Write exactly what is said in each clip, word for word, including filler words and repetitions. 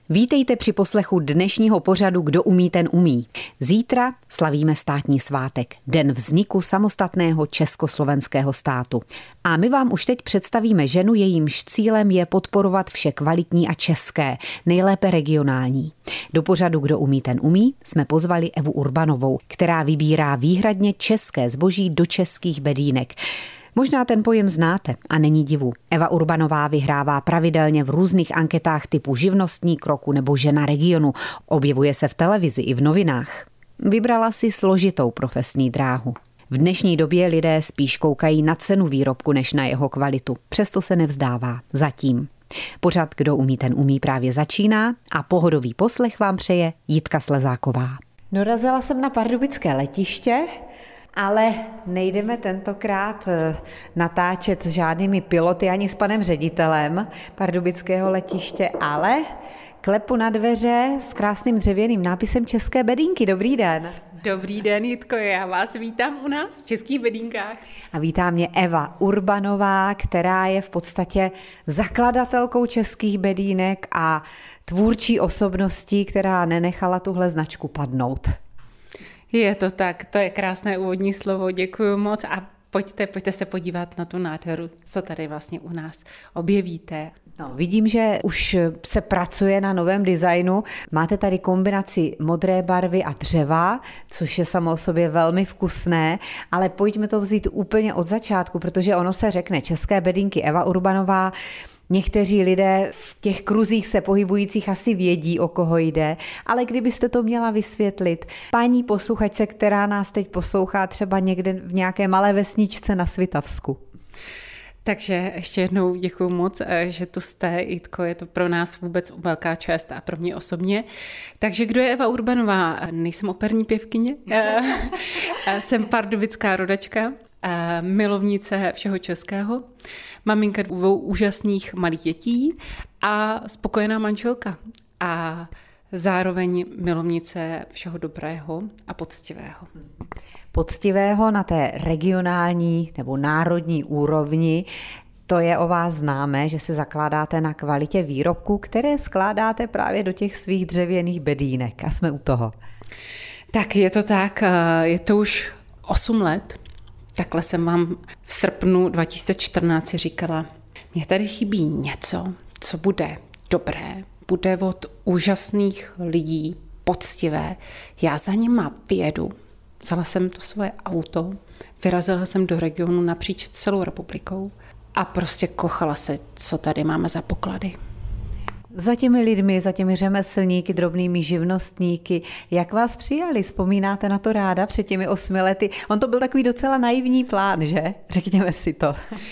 Vítejte při poslechu dnešního pořadu Kdo umí, ten umí. Zítra slavíme státní svátek, den vzniku samostatného československého státu. A my vám už teď představíme ženu, jejímž cílem je podporovat vše kvalitní a české, nejlépe regionální. Do pořadu Kdo umí, ten umí jsme pozvali Evu Urbanovou, která vybírá výhradně české zboží do českých bedínek. Možná ten pojem znáte a není divu. Eva Urbanová vyhrává pravidelně v různých anketách typu Živnostník roku nebo Žena regionu. Objevuje se v televizi i v novinách. Vybrala si složitou profesní dráhu. V dnešní době lidé spíš koukají na cenu výrobku než na jeho kvalitu. Přesto se nevzdává. Zatím. Pořad Kdo umí, ten umí právě začíná a pohodový poslech vám přeje Jitka Slezáková. Dorazila jsem na pardubické letiště, ale nejdeme tentokrát natáčet s žádnými piloty ani s panem ředitelem pardubického letiště, ale klepu na dveře s krásným dřevěným nápisem České bedínky. Dobrý den. Dobrý den, Jitko, já vás vítám u nás v Českých bedínkách. A vítá mě Eva Urbanová, která je v podstatě zakladatelkou Českých bedínek a tvůrčí osobností, která nenechala tuhle značku padnout. Je to tak, to je krásné úvodní slovo, děkuji moc a pojďte, pojďte se podívat na tu nádheru, co tady vlastně u nás objevíte. No, vidím, že už se pracuje na novém designu. Máte tady kombinaci modré barvy a dřeva, což je samo o sobě velmi vkusné, ale pojďme to vzít úplně od začátku, protože ono se řekne České bedínky Eva Urbanová. Někteří lidé v těch kruzích se pohybujících asi vědí, o koho jde, ale kdybyste to měla vysvětlit paní posluchačce, která nás teď poslouchá třeba někde v nějaké malé vesničce na Svitavsku. Takže ještě jednou děkuji moc, že tu jste, Jitko, je to pro nás vůbec velká čest a pro mě osobně. Takže kdo je Eva Urbanová? Nejsem operní pěvkyně, jsem pardubická rodačka, milovnice všeho českého, maminka dvou úžasných malých dětí a spokojená manželka a zároveň milovnice všeho dobrého a poctivého. Poctivého na té regionální nebo národní úrovni, to je o vás známé, že se zakládáte na kvalitě výrobků, které skládáte právě do těch svých dřevěných bedínek a jsme u toho. Tak je to tak, je to už osm let. Takhle jsem vám v srpnu dva tisíce čtrnáct říkala, mně tady chybí něco, co bude dobré, bude od úžasných lidí, poctivé. Já za nima vyjedu. Vzala jsem to svoje auto, vyrazila jsem do regionu napříč celou republikou a prostě kochala se, co tady máme za poklady. Za těmi lidmi, za těmi řemeslníky, drobnými živnostníky, jak vás přijali? Vzpomínáte na to ráda před těmi osmi lety? On to byl takový docela naivní plán, že? Řekněme si to.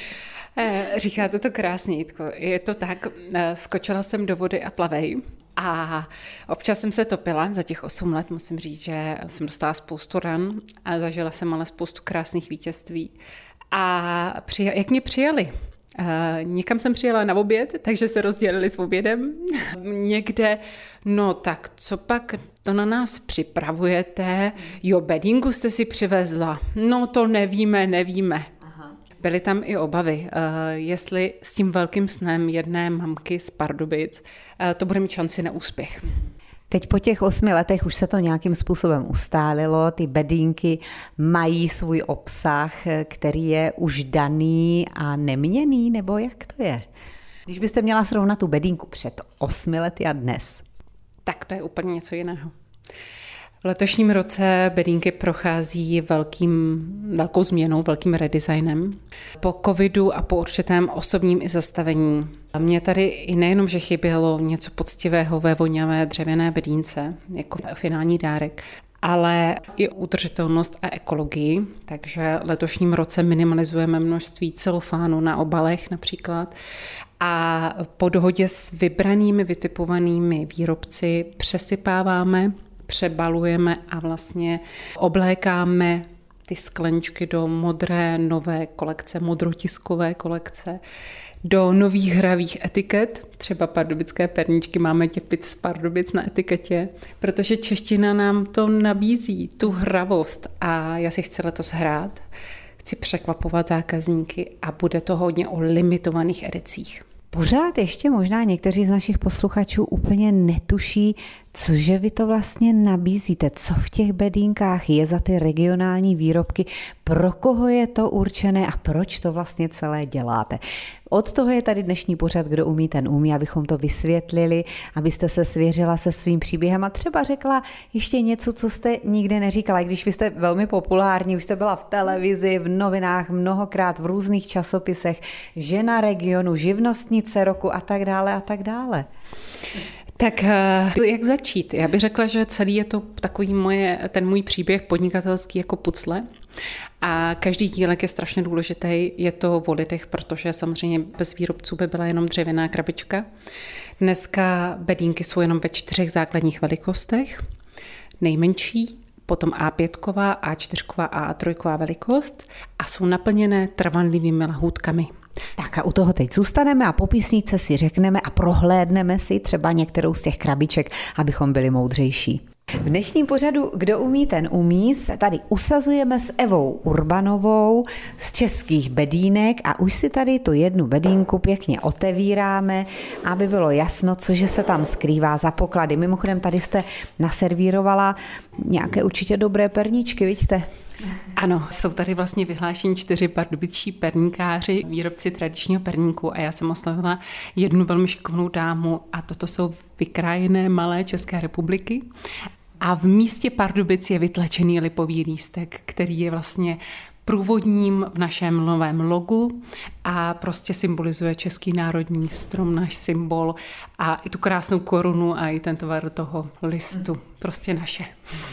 Říkáte to krásně, Jitko. Je to tak, skočila jsem do vody a plavej a občas jsem se topila za těch osm let, musím říct, že jsem dostala spoustu ran a zažila jsem ale spoustu krásných vítězství. A přija- jak mě přijali? Uh, někam jsem přijela na oběd, takže se rozdělili s obědem. Někde, no tak co pak to na nás připravujete? Jo, bedínku jste si přivezla. No to nevíme, nevíme. Aha. Byly tam i obavy, uh, jestli s tím velkým snem jedné mamky z Pardubic uh, to bude mít šanci na úspěch. Teď po těch osmi letech už se to nějakým způsobem ustálilo, ty bedínky mají svůj obsah, který je už daný a neměnný, nebo jak to je? Když byste měla srovnat tu bedínku před osmi lety a dnes. Tak to je úplně něco jiného. V letošním roce bedínky prochází velkým, velkou změnou, velkým redesignem. Po covidu a po určitém osobním i zastavení mě tady i nejenom, že chybělo něco poctivého ve voňavé dřevěné bedínce, jako finální dárek, ale i udržitelnost a ekologii. Takže letošním roce minimalizujeme množství celofánu na obalech například. A po dohodě s vybranými vytipovanými výrobci přesypáváme, přebalujeme a vlastně oblékáme ty sklenčky do modré nové kolekce, modrotiskové kolekce, do nových hravých etiket, třeba pardubické perničky, máme těpic z Pardubic na etiketě, protože čeština nám to nabízí, tu hravost a já si chci letos hrát, chci překvapovat zákazníky a bude to hodně o limitovaných edicích. Pořád ještě možná někteří z našich posluchačů úplně netuší, cože vy to vlastně nabízíte, co v těch bedínkách je za ty regionální výrobky, pro koho je to určené a proč to vlastně celé děláte. Od toho je tady dnešní pořad Kdo umí, ten umí, abychom to vysvětlili, abyste se svěřila se svým příběhem a třeba řekla ještě něco, co jste nikdy neříkala, i když vy jste velmi populární, už jste byla v televizi, v novinách, mnohokrát v různých časopisech, žena regionu, živnostnice roku a tak dále a tak dále. Tak jak začít? Já bych řekla, že celý je to takový moje, ten můj příběh podnikatelský jako pucle a každý dílek je strašně důležitý, je to o lidech, protože samozřejmě bez výrobců by byla jenom dřevěná krabička. Dneska bedínky jsou jenom ve čtyřech základních velikostech, nejmenší, potom á pět, á čtyři a á tři velikost a jsou naplněné trvanlivými lahůdkami. Tak a u toho teď zůstaneme a po písničce si řekneme a prohlédneme si třeba některou z těch krabiček, abychom byli moudřejší. V dnešním pořadu Kdo umí, ten umí se tady usazujeme s Evou Urbanovou z Českých bedínek a už si tady tu jednu bedínku pěkně otevíráme, aby bylo jasno, cože se tam skrývá za poklady. Mimochodem tady jste naservírovala nějaké určitě dobré perníčky, vidíte? Ano, jsou tady vlastně vyhlášení čtyři pardubičtí perníkáři, výrobci tradičního perníku a já jsem oslovila jednu velmi šikovnou dámu a toto jsou vykrájené malé České republiky. A v místě Pardubic je vytlačený lipový lístek, který je vlastně průvodním v našem novém logu a prostě symbolizuje český národní strom, náš symbol a i tu krásnou korunu a i ten tvar toho listu, prostě naše.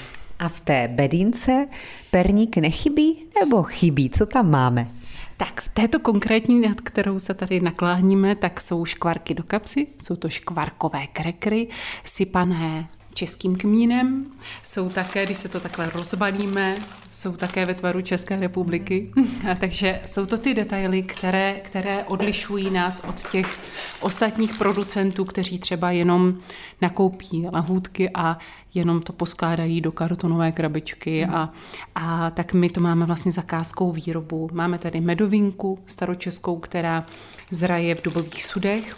A v té bedínce perník nechybí nebo chybí? Co tam máme? Tak v této konkrétní, nad kterou se tady nakláníme, tak jsou škvarky do kapsy, jsou to škvarkové krekry, sypané českým kmínem, jsou také, když se to takhle rozbalíme, jsou také ve tvaru České republiky. A takže jsou to ty detaily, které, které odlišují nás od těch ostatních producentů, kteří třeba jenom nakoupí lahůdky a jenom to poskládají do kartonové krabičky. A, a tak my to máme vlastně zakázkou výrobu. Máme tady medovinku staročeskou, která zraje v dubových sudech.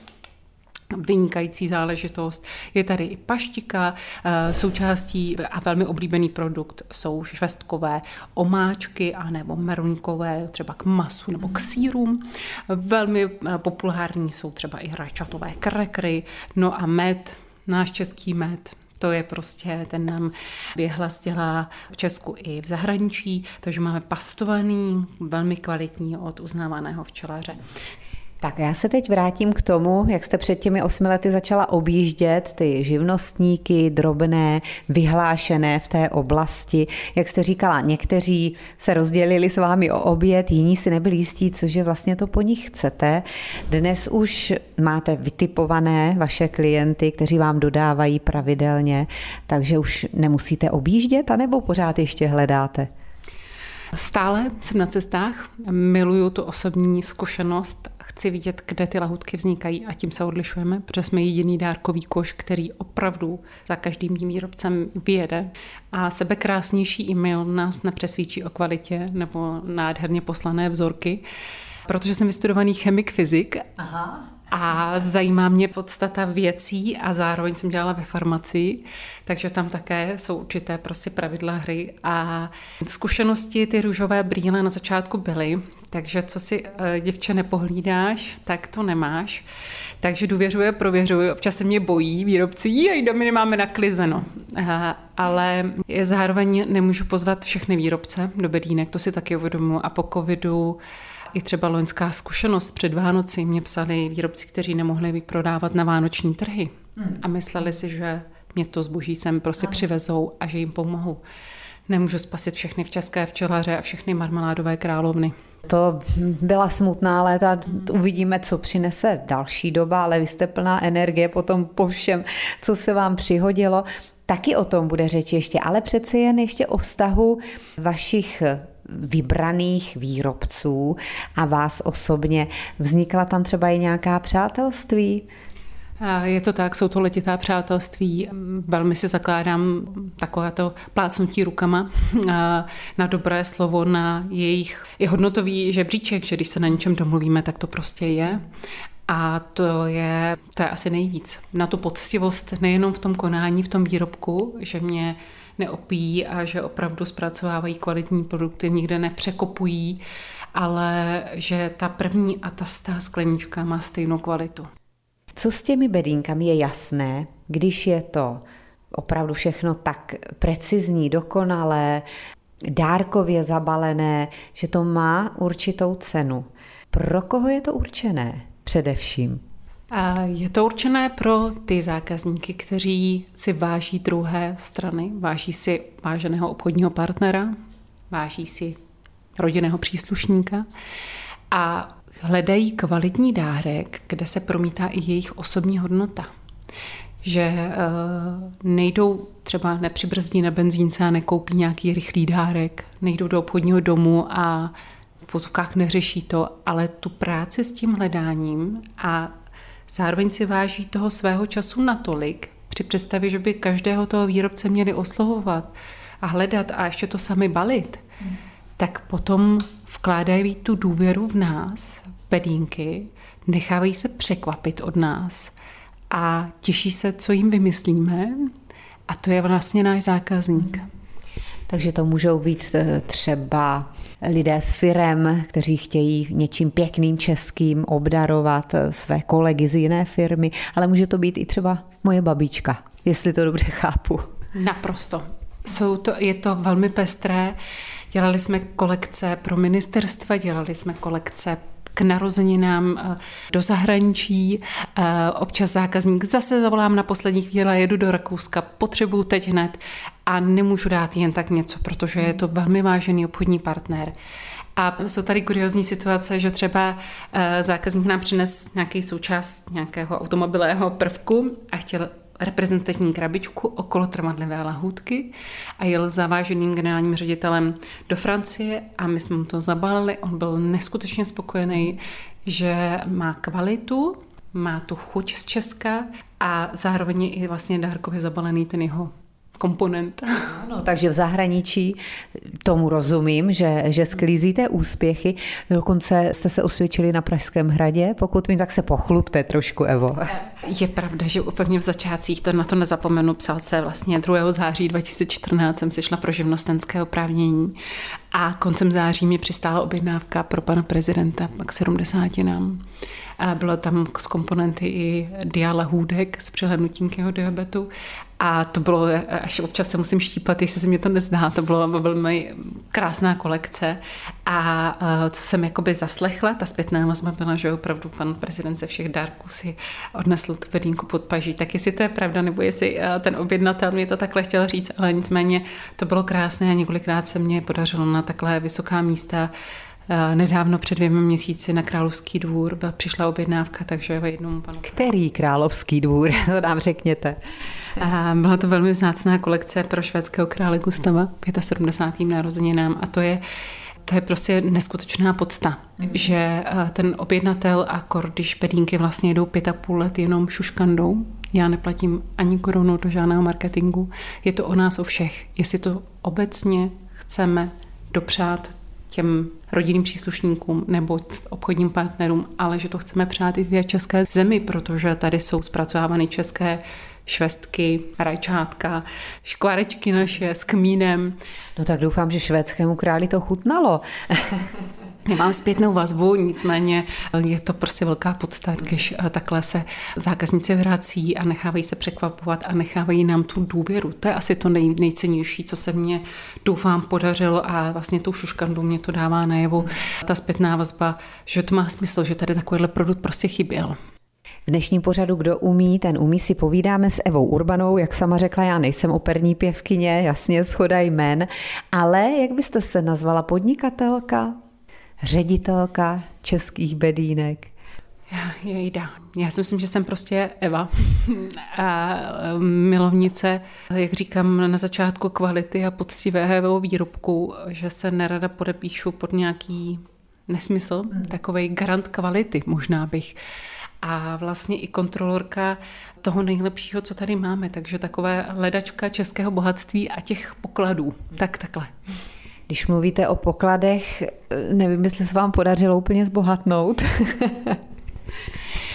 Vynikající záležitost. Je tady i paštika, součástí a velmi oblíbený produkt jsou švestkové omáčky a nebo meruňkové třeba k masu nebo k sýrům. Velmi populární jsou třeba i rajčatové krekry, no a med, náš český med. To je prostě, ten nám věhlas dělá v Česku i v zahraničí, takže máme pastovaný, velmi kvalitní od uznávaného včelaře. Tak já se teď vrátím k tomu, jak jste před těmi osmi lety začala objíždět ty živnostníky, drobné, vyhlášené v té oblasti. Jak jste říkala, někteří se rozdělili s vámi o oběd, jiní si nebyli jistí, cože vlastně to po nich chcete. Dnes už máte vytipované vaše klienty, kteří vám dodávají pravidelně, takže už nemusíte objíždět, anebo pořád ještě hledáte? Stále jsem na cestách, miluju tu osobní zkušenost, chci vidět, kde ty lahůdky vznikají a tím se odlišujeme, protože jsme jediný dárkový koš, který opravdu za každým tím výrobcem vyjede a sebekrásnější e-mail nás nepřesvědčí o kvalitě nebo nádherně poslané vzorky, protože jsem vystudovaný chemik, fyzik. Aha. A zajímá mě podstata věcí a zároveň jsem dělala ve farmacii, takže tam také jsou určité prostě pravidla hry a zkušenosti ty růžové brýle na začátku byly, takže co si děvče nepohlídáš, tak to nemáš. Takže důvěřuji, prověřuji, občas se mě bojí výrobci, jej, do mě nemáme naklizeno. Ale zároveň nemůžu pozvat všechny výrobce do bedínek, to si taky uvědomuji a po covidu i třeba loňská zkušenost před Vánoci mě psali výrobci, kteří nemohli prodávat na vánoční trhy a mysleli si, že mě to zboží sem prostě přivezou a že jim pomohu. Nemůžu spasit všechny v České včelaře a všechny marmeládové královny. To byla smutná léta, uvidíme, co přinese další doba, ale vy jste plná energie potom po všem, co se vám přihodilo. Taky o tom bude řeč ještě, ale přece jen ještě o vztahu vašich vybraných výrobců a vás osobně. Vznikla tam třeba i nějaká přátelství? Je to tak, jsou to letitá přátelství. Velmi si zakládám takovéto plácnutí rukama na dobré slovo, na jejich i hodnotový žebříček, že když se na něčem domluvíme, tak to prostě je. A to je, to je asi nejvíc. Na tu poctivost nejenom v tom konání, v tom výrobku, že mě neopíjí a že opravdu zpracovávají kvalitní produkty, nikde nepřekopují, ale že ta první a ta stá sklenička má stejnou kvalitu. Co s těmi bedínkami je jasné, když je to opravdu všechno tak precizní, dokonalé, dárkově zabalené, že to má určitou cenu. Pro koho je to určené především? A je to určené pro ty zákazníky, kteří si váží druhé strany, váží si váženého obchodního partnera, váží si rodinného příslušníka a hledají kvalitní dárek, kde se promítá i jejich osobní hodnota. Že uh, nejdou třeba nepřibrzdí na benzínce a nekoupí nějaký rychlý dárek, nejdou do obchodního domu a v vozovkách neřeší to, ale tu práci s tím hledáním a zároveň si váží toho svého času natolik, při představě, že by každého toho výrobce měli oslovovat a hledat a ještě to sami balit, hmm. tak potom vkládají tu důvěru v nás, v bedínky, nechávají se překvapit od nás a těší se, co jim vymyslíme, a to je vlastně náš zákazník. Takže to můžou být třeba lidé s firem, kteří chtějí něčím pěkným českým obdarovat své kolegy z jiné firmy, ale může to být i třeba moje babička, jestli to dobře chápu. Naprosto. Jsou to, je to velmi pestré. Dělali jsme kolekce pro ministerstva, dělali jsme kolekce k narozeninám do zahraničí. Občas zákazník zase zavolám na poslední chvíli, jedu do Rakouska, potřebuju teď hned a nemůžu dát jen tak něco, protože je to velmi vážený obchodní partner. A jsou tady kuriózní situace, že třeba zákazník nám přines nějaký součást nějakého automobilového prvku a chtěl reprezentativní krabičku okolo trvanlivé lahůdky a jel za váženým generálním ředitelem do Francie a my jsme mu to zabalili. On byl neskutečně spokojený, že má kvalitu, má tu chuť z Česka a zároveň je i vlastně dárkově zabalený ten jeho komponent. No, takže v zahraničí tomu rozumím, že, že sklízíte úspěchy. Dokonce jste se osvědčili na Pražském hradě. Pokud mi, tak se pochlubte trošku, Evo. Je pravda, že úplně v začátcích, to na to nezapomenu, psal se vlastně druhého září dva tisíce čtrnáct jsem si šla pro živnostenské oprávnění a koncem září mi přistála objednávka pro pana prezidenta k sedmdesátinám. A bylo tam z komponenty i diála hůdek s přihlédnutím k jeho diabetu. A to bylo, až občas se musím štípat, jestli se mi to nezdá, to bylo velmi krásná kolekce. A co jsem jakoby zaslechla, ta zpětná vazba byla, že opravdu pan prezident ze všech dárků si odnesl tu bedínku pod paží. Tak jestli to je pravda, nebo jestli ten objednatel mě to takhle chtěl říct, ale nicméně to bylo krásné a několikrát se mě podařilo na takhle vysoká místa. Nedávno před dvěma měsíci na Královský dvůr byla, přišla objednávka, takže jednomu panu... Který Královský dvůr? To nám řekněte. A byla to velmi vzácná kolekce pro švédského krále Gustava sedmdesátým pátým narozeninám a to je To je prostě neskutečná podsta, mm. že ten objednatel a kor, když bedínky vlastně jedou pět a půl let jenom šuškandou, já neplatím ani korunu do žádného marketingu, je to o nás o všech. Jestli to obecně chceme dopřát těm rodinným příslušníkům nebo obchodním partnerům, ale že to chceme přát i té české zemi, protože tady jsou zpracovávány české švestky, rajčátka, škvarečky naše s kmínem. No tak doufám, že švédskému králi to chutnalo. Nemám zpětnou vazbu, nicméně je to prostě velká podsta, když takhle se zákazníci vrací a nechávají se překvapovat a nechávají nám tu důvěru. To je asi to nej, nejcennější, co se mně, doufám, podařilo a vlastně tou šuškandu mě to dává najevo. Ta zpětná vazba, že to má smysl, že tady takovýhle produkt prostě chyběl. V dnešním pořadu Kdo umí, ten umí si povídáme s Evou Urbanovou. Jak sama řekla, já nejsem operní pěvkyně, jasně shoda jmen, ale jak byste se nazvala, podnikatelka, ředitelka českých bedínek? Jejda. Já si myslím, že jsem prostě Eva a milovnice, jak říkám na začátku, kvality a poctivého výrobku, že se nerada podepíšu pod nějaký nesmysl, hmm. takovej garant kvality možná bych. A vlastně i kontrolorka toho nejlepšího, co tady máme. Takže takové hledačka českého bohatství a těch pokladů. Tak takhle. Když mluvíte o pokladech, nevím, jestli se vám podařilo úplně zbohatnout.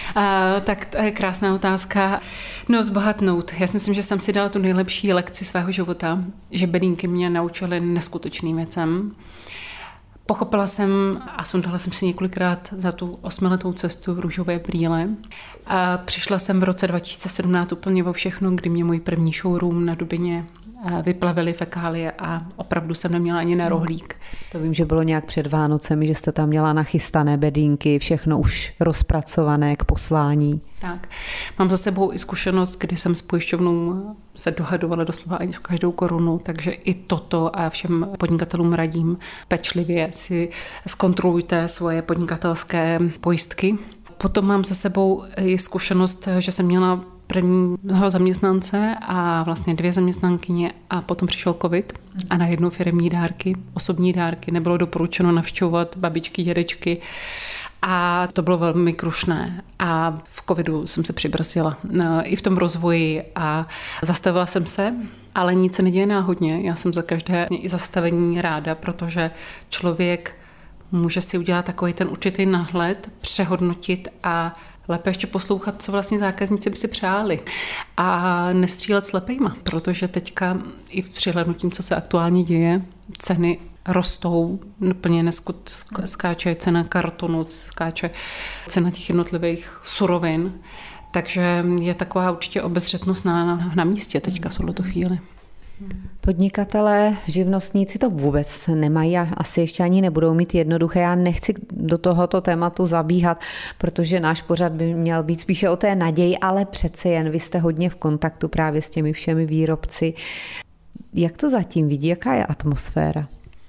Uh, tak to je krásná otázka. No, zbohatnout. Já si myslím, že jsem si dala tu nejlepší lekci svého života, že bedínky mě naučily neskutečným věcem. Pochopila jsem a sundala jsem si několikrát za tu osmiletou cestu růžové brýle. A přišla jsem v roce dva tisíce sedmnáct úplně o všechno, kdy mě můj první showroom na Dubině vyplavily fekálie a opravdu jsem neměla ani na rohlík. To vím, že bylo nějak před Vánocemi, že jste tam měla nachystané bedínky, všechno už rozpracované k poslání. Tak. Mám za sebou i zkušenost, kdy jsem s pojišťovnou se dohadovala doslova ani v každou korunu, takže i toto a všem podnikatelům radím pečlivě si zkontrolujte svoje podnikatelské pojistky. Potom mám za sebou i zkušenost, že jsem měla prvního zaměstnance a vlastně dvě zaměstnankyně a potom přišel covid a najednou firemní dárky, osobní dárky, nebylo doporučeno navštěvovat babičky, dědečky a to bylo velmi krušné a v covidu jsem se přibrzdila i v tom rozvoji a zastavila jsem se, ale nic se neděje náhodně, já jsem za každé i zastavení ráda, protože člověk může si udělat takový ten určitý náhled, přehodnotit a lépe ještě poslouchat, co vlastně zákazníci by si přáli a nestřílet slepejma, protože teďka i v přihlédnutím, co se aktuálně děje, ceny rostou, úplně neskut, skáče cena kartonu, skáče cena těch jednotlivých surovin, takže je taková určitě obezřetnost na, na, na místě teďka v tuto chvíli. Podnikatelé, živnostníci to vůbec nemají a asi ještě ani nebudou mít jednoduché. Já nechci do tohoto tématu zabíhat, protože náš pořad by měl být spíše o té naději, ale přece jen vy jste hodně v kontaktu právě s těmi všemi výrobci. Jak to zatím vidí? Jaká je atmosféra?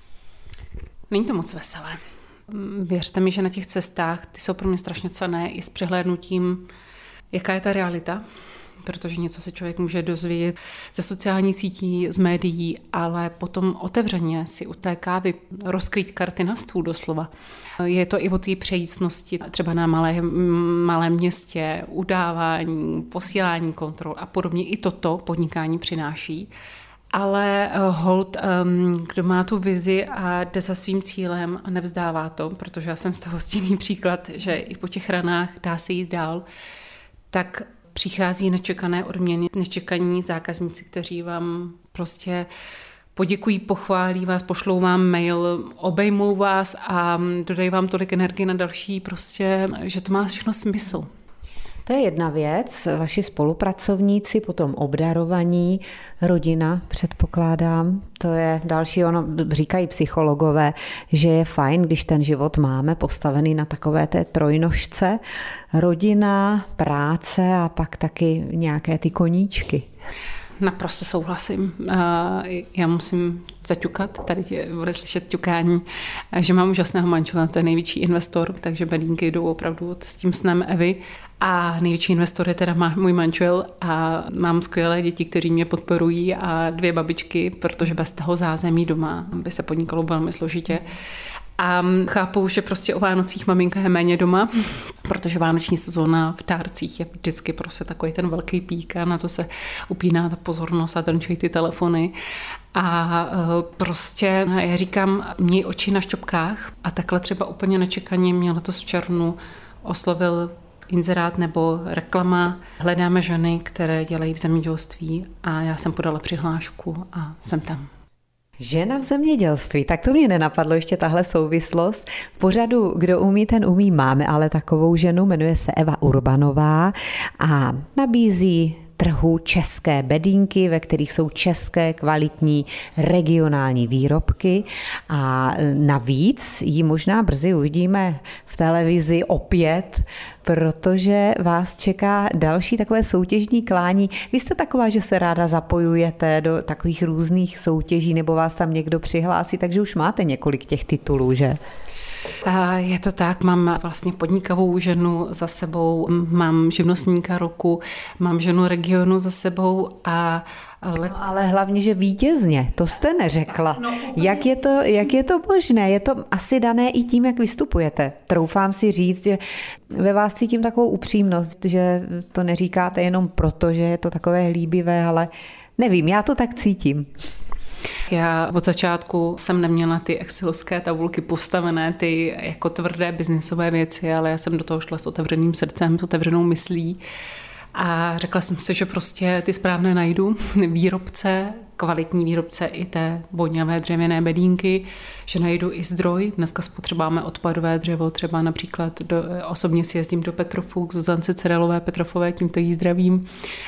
Není to moc veselé. Věřte mi, že na těch cestách ty jsou pro mě strašně cenné i s přihlédnutím, jaká je ta realita. Protože něco se člověk může dozvědět ze sociálních sítí, z médií, ale potom otevřeně si u té kávy rozkrýt karty na stůl doslova. Je to i o té přejícnosti, třeba na malé, malém městě, udávání, posílání kontrol a podobně. I toto podnikání přináší. Ale hold, kdo má tu vizi a jde za svým cílem a nevzdává to, protože já jsem z toho stinný příklad, že i po těch ranách dá se jít dál, tak přichází nečekané odměny, nečekaní zákazníci, kteří vám prostě poděkují, pochválí vás, pošlou vám mail, obejmou vás a dodají vám tolik energie na další, prostě, že to má všechno smysl. To je jedna věc, vaši spolupracovníci, potom obdarovaní, rodina, předpokládám, to je další, ono říkají psychologové, že je fajn, když ten život máme postavený na takové té trojnožce, rodina, práce a pak taky nějaké ty koníčky. Naprosto souhlasím. Já musím zaťukat, tady bude slyšet ťukání, že mám úžasného manžela, to je největší investor, takže bedínky jdou opravdu s tím snem Evy. A největší investor je teda můj manžel a mám skvělé děti, kteří mě podporují a dvě babičky, protože bez toho zázemí doma by se podnikalo velmi složitě. A chápu, že prostě o Vánocích maminka je méně doma, protože vánoční sezóna v dárcích je vždycky prostě takový ten velký pík a na to se upíná ta pozornost a trnčejí ty telefony. A prostě já říkám, měj oči na šťopkách a takhle třeba úplně nečekaně mě letos v červnu oslovil inzerát nebo reklama. Hledáme ženy, které dělají v zemědělství a já jsem podala přihlášku a jsem tam. Žena v zemědělství, tak to mě nenapadlo ještě tahle souvislost. V pořadu Kdo umí, ten umí máme, ale takovou ženu, jmenuje se Eva Urbanová a nabízí trhu české bedínky, ve kterých jsou české kvalitní regionální výrobky a navíc ji možná brzy uvidíme v televizi opět, protože vás čeká další takové soutěžní klání. Vy jste taková, že se ráda zapojujete do takových různých soutěží nebo vás tam někdo přihlásí, takže už máte několik těch titulů, že? Je to tak, mám vlastně podnikavou ženu za sebou, mám živnostníka roku, mám ženu regionu za sebou a ale... No, ale hlavně, že vítězně, to jste neřekla. No, jak, je to, jak je to možné? Je to asi dané i tím, jak vystupujete. Troufám si říct, že ve vás cítím takovou upřímnost, že to neříkáte jenom proto, že je to takové líbivé, ale nevím, já to tak cítím. Já od začátku jsem neměla ty excelovské tabulky postavené, ty jako tvrdé biznisové věci, ale já jsem do toho šla s otevřeným srdcem, s otevřenou myslí. A řekla jsem si, že prostě ty správné najdu, výrobce, kvalitní výrobce i té voňavé dřevěné bedínky, že najdu i zdroj. Dneska spotřebáme odpadové dřevo, třeba například do, osobně si jezdím do Petrofu k Zuzance Cerelové Petrofové, tímto jí zdravím.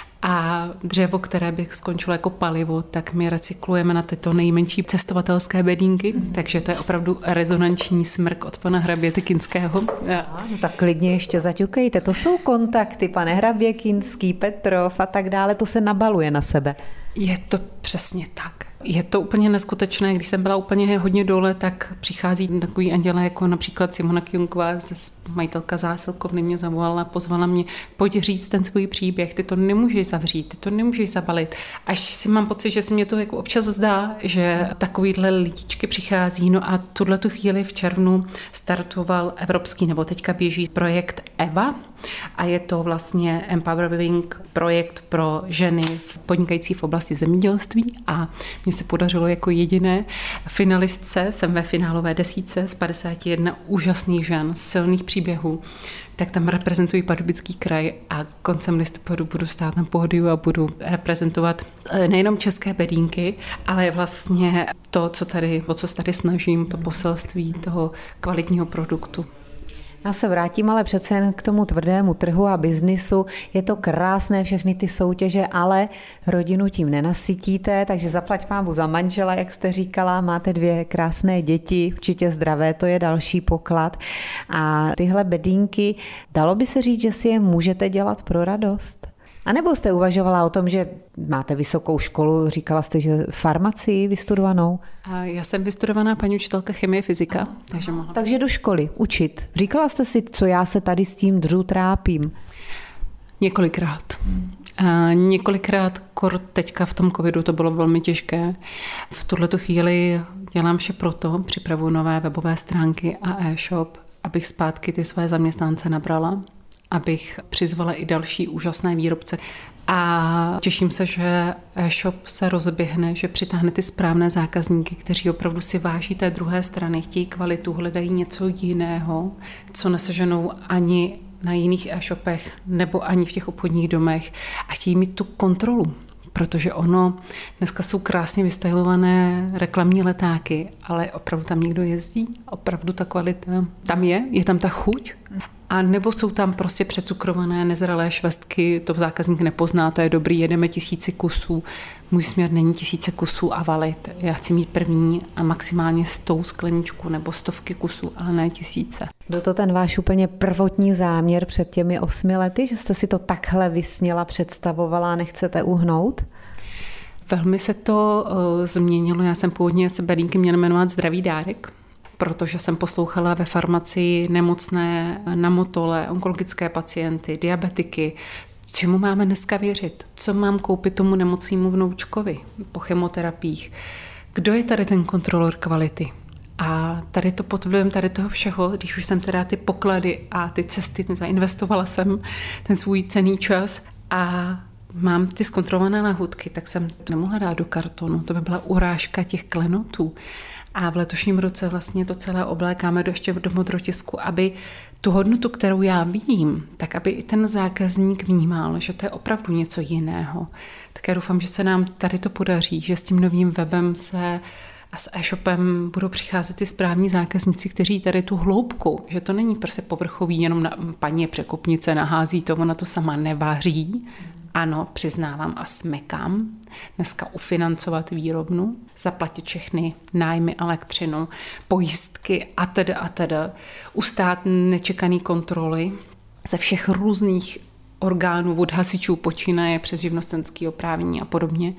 A dřevo, které by skončilo jako palivo, tak my recyklujeme na tyto nejmenší cestovatelské bedínky, takže to je opravdu rezonanční smrk od pana hraběte Kinského. No tak klidně ještě zaťukejte, to jsou kontakty, pane hrabě Kinský, Petrov a tak dále, to se nabaluje na sebe. Je to přesně tak. Je to úplně neskutečné, když jsem byla úplně hodně dole, tak přichází takový anděle, jako například Simona Kjunková, majitelka zásilkovny, mě zavolala, pozvala mě, pojď říct ten svůj příběh, ty to nemůžeš zavřít, ty to nemůžeš zabalit. Až si mám pocit, že si mě to jako občas zdá, že takovýhle lidičky přichází. No a tuhle tu chvíli v červnu startoval evropský, nebo teďka běží projekt EVA, a je to vlastně empowering projekt pro ženy podnikající v oblasti zemědělství a mně se podařilo jako jediné finalistce, jsem ve finálové desítce z padesáti jedné úžasných žen, silných příběhů, tak tam reprezentuji Pardubický kraj a koncem listopadu budu stát na pódiu a budu reprezentovat nejenom české bedínky, ale vlastně to, co tady, o co se tady snažím, to poselství toho kvalitního produktu. Já se vrátím ale přece jen k tomu tvrdému trhu a biznisu. Je to krásné všechny ty soutěže, ale rodinu tím nenasytíte, takže zaplať pánbu za manžela, jak jste říkala, máte dvě krásné děti, určitě zdravé, to je další poklad. A tyhle bedínky, dalo by se říct, že si je můžete dělat pro radost? A nebo jste uvažovala o tom, že máte vysokou školu, říkala jste, že farmacii vystudovanou? A já jsem vystudovaná paní učitelka chemie, fyzika, takže mohla. Takže do školy učit. Říkala jste si, co já se tady s tím dřu trápím? Několikrát. A několikrát, kor teďka v tom covidu, to bylo velmi těžké. V tuhletu chvíli dělám vše proto, připravuji nové webové stránky a e-shop, abych zpátky ty své zaměstnance nabrala, abych přizvala i další úžasné výrobce. A těším se, že e-shop se rozběhne, že přitáhne ty správné zákazníky, kteří opravdu si váží té druhé strany, chtějí kvalitu, hledají něco jiného, co neseženou ani na jiných e-shopech nebo ani v těch obchodních domech a chtějí mít tu kontrolu. Protože ono, dneska jsou krásně vystylované reklamní letáky, ale opravdu tam někdo jezdí, opravdu ta kvalita tam je, je tam ta chuť. A nebo jsou tam prostě přecukrované, nezralé švestky, to zákazník nepozná, to je dobrý, jedeme tisíci kusů. Můj směr není tisíce kusů a valit. Já chci mít první a maximálně stou skleničku nebo stovky kusů, ale ne tisíce. Byl to ten váš úplně prvotní záměr před těmi osmi lety, že jste si to takhle vysněla, představovala a nechcete uhnout? Velmi se to uh, změnilo. Já jsem původně se bedínky měla jmenovat Zdravý dárek, protože jsem poslouchala ve farmacii nemocné na motole, onkologické pacienty, diabetiky. Čemu máme dneska věřit? Co mám koupit tomu nemocnému vnoučkovi po chemoterapiích? Kdo je tady ten kontrolor kvality? A tady to pod vlivem tady toho všeho, když už jsem teda ty poklady a ty cesty, zainvestovala jsem ten svůj cenný čas a mám ty zkontrolované lahůdky, tak jsem to nemohla dát do kartonu. To by byla urážka těch klenotů. A v letošním roce vlastně to celé oblékáme do ještě do modrotisku, aby tu hodnotu, kterou já vidím, tak aby i ten zákazník vnímal, že to je opravdu něco jiného. Tak já doufám, že se nám tady to podaří, že s tím novým webem se a s e-shopem budou přicházet ty správní zákazníci, kteří tady tu hloubku, že to není prostě povrchový, jenom na paní překupnice nahází to, ona to sama nevaří. Ano, přiznávám a smekám. Dneska ufinancovat výrobnu, zaplatit všechny nájmy, elektřinu, pojistky a teda a teda. Ustát nečekaný kontroly ze všech různých orgánů, od hasičů počínaje přes živnostenský oprávnění a podobně.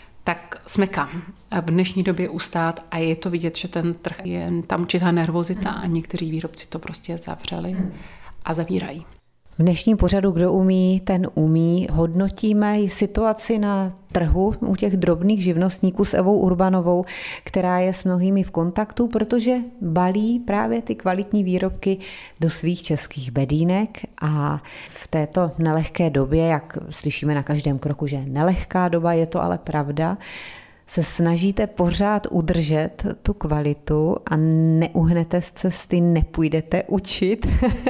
Tak smekám. A v dnešní době ustát a je to vidět, že ten trh je tam určitá nervozita a někteří výrobci to prostě zavřeli a zavírají. V dnešním pořadu Kdo umí, ten umí. Hodnotíme i situaci na trhu u těch drobných živnostníků s Evou Urbanovou, která je s mnohými v kontaktu, protože balí právě ty kvalitní výrobky do svých českých bedínek a v této nelehké době, jak slyšíme na každém kroku, že nelehká doba, je to ale pravda, se snažíte pořád udržet tu kvalitu a neuhnete z cesty, nepůjdete učit.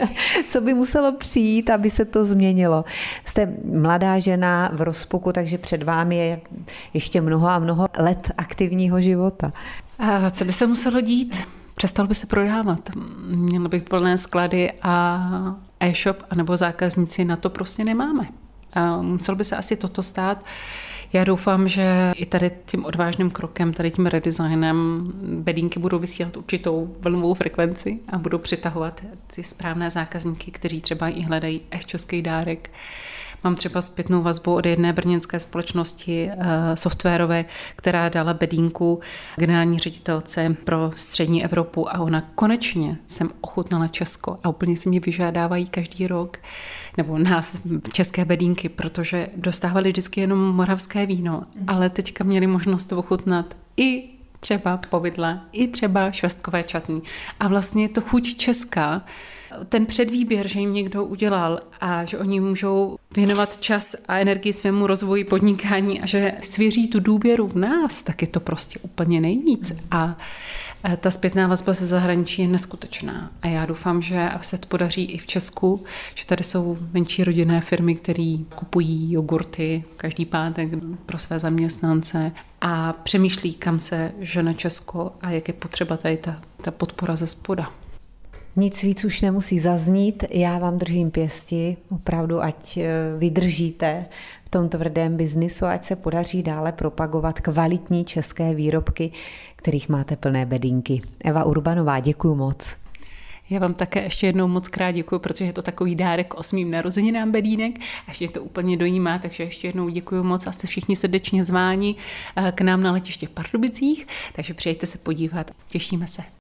Co by muselo přijít, aby se to změnilo? Jste mladá žena v rozpuku, takže před vámi je ještě mnoho a mnoho let aktivního života. A co by se muselo dít? Přestal by se prodávat. Měl bych plné sklady a e-shop, anebo zákazníci na to prostě nemáme. A musel by se asi toto stát. Já doufám, že i tady tím odvážným krokem, tady tím redesignem bedínky budou vysílat určitou vlnovou frekvenci a budou přitahovat ty správné zákazníky, kteří třeba i hledají e-český dárek. Mám třeba zpětnou vazbu od jedné brněnské společnosti uh, softwarové, která dala bedínku generální ředitelce pro střední Evropu a ona konečně jsem ochutnala Česko a úplně si mě vyžádávají každý rok, nebo nás české bedínky, protože dostávali vždycky jenom moravské víno, ale teďka měli možnost to ochutnat i třeba povidla, i třeba švestkové čatní. A vlastně je to chuť česká, ten předvýběr, že jim někdo udělal a že oni můžou věnovat čas a energii svému rozvoji podnikání a že svěří tu důvěru v nás, tak je to prostě úplně nejvíc. A ta zpětná vazba ze zahraničí je neskutečná. A já doufám, že se to podaří i v Česku, že tady jsou menší rodinné firmy, které kupují jogurty každý pátek pro své zaměstnance a přemýšlí, kam se žene Česko a jak je potřeba tady ta, ta podpora ze spoda. Nic víc už nemusí zaznít, já vám držím pěsti, opravdu ať vydržíte v tom tvrdém biznisu, ať se podaří dále propagovat kvalitní české výrobky, kterých máte plné bedínky. Eva Urbanová, děkuju moc. Já vám také ještě jednou moc krát děkuju, protože je to takový dárek k osmým narozeninám bedínek a ještě to úplně dojímá, takže ještě jednou děkuju moc a jste všichni srdečně zváni k nám na letiště v Pardubicích, takže přijďte se podívat, těšíme se.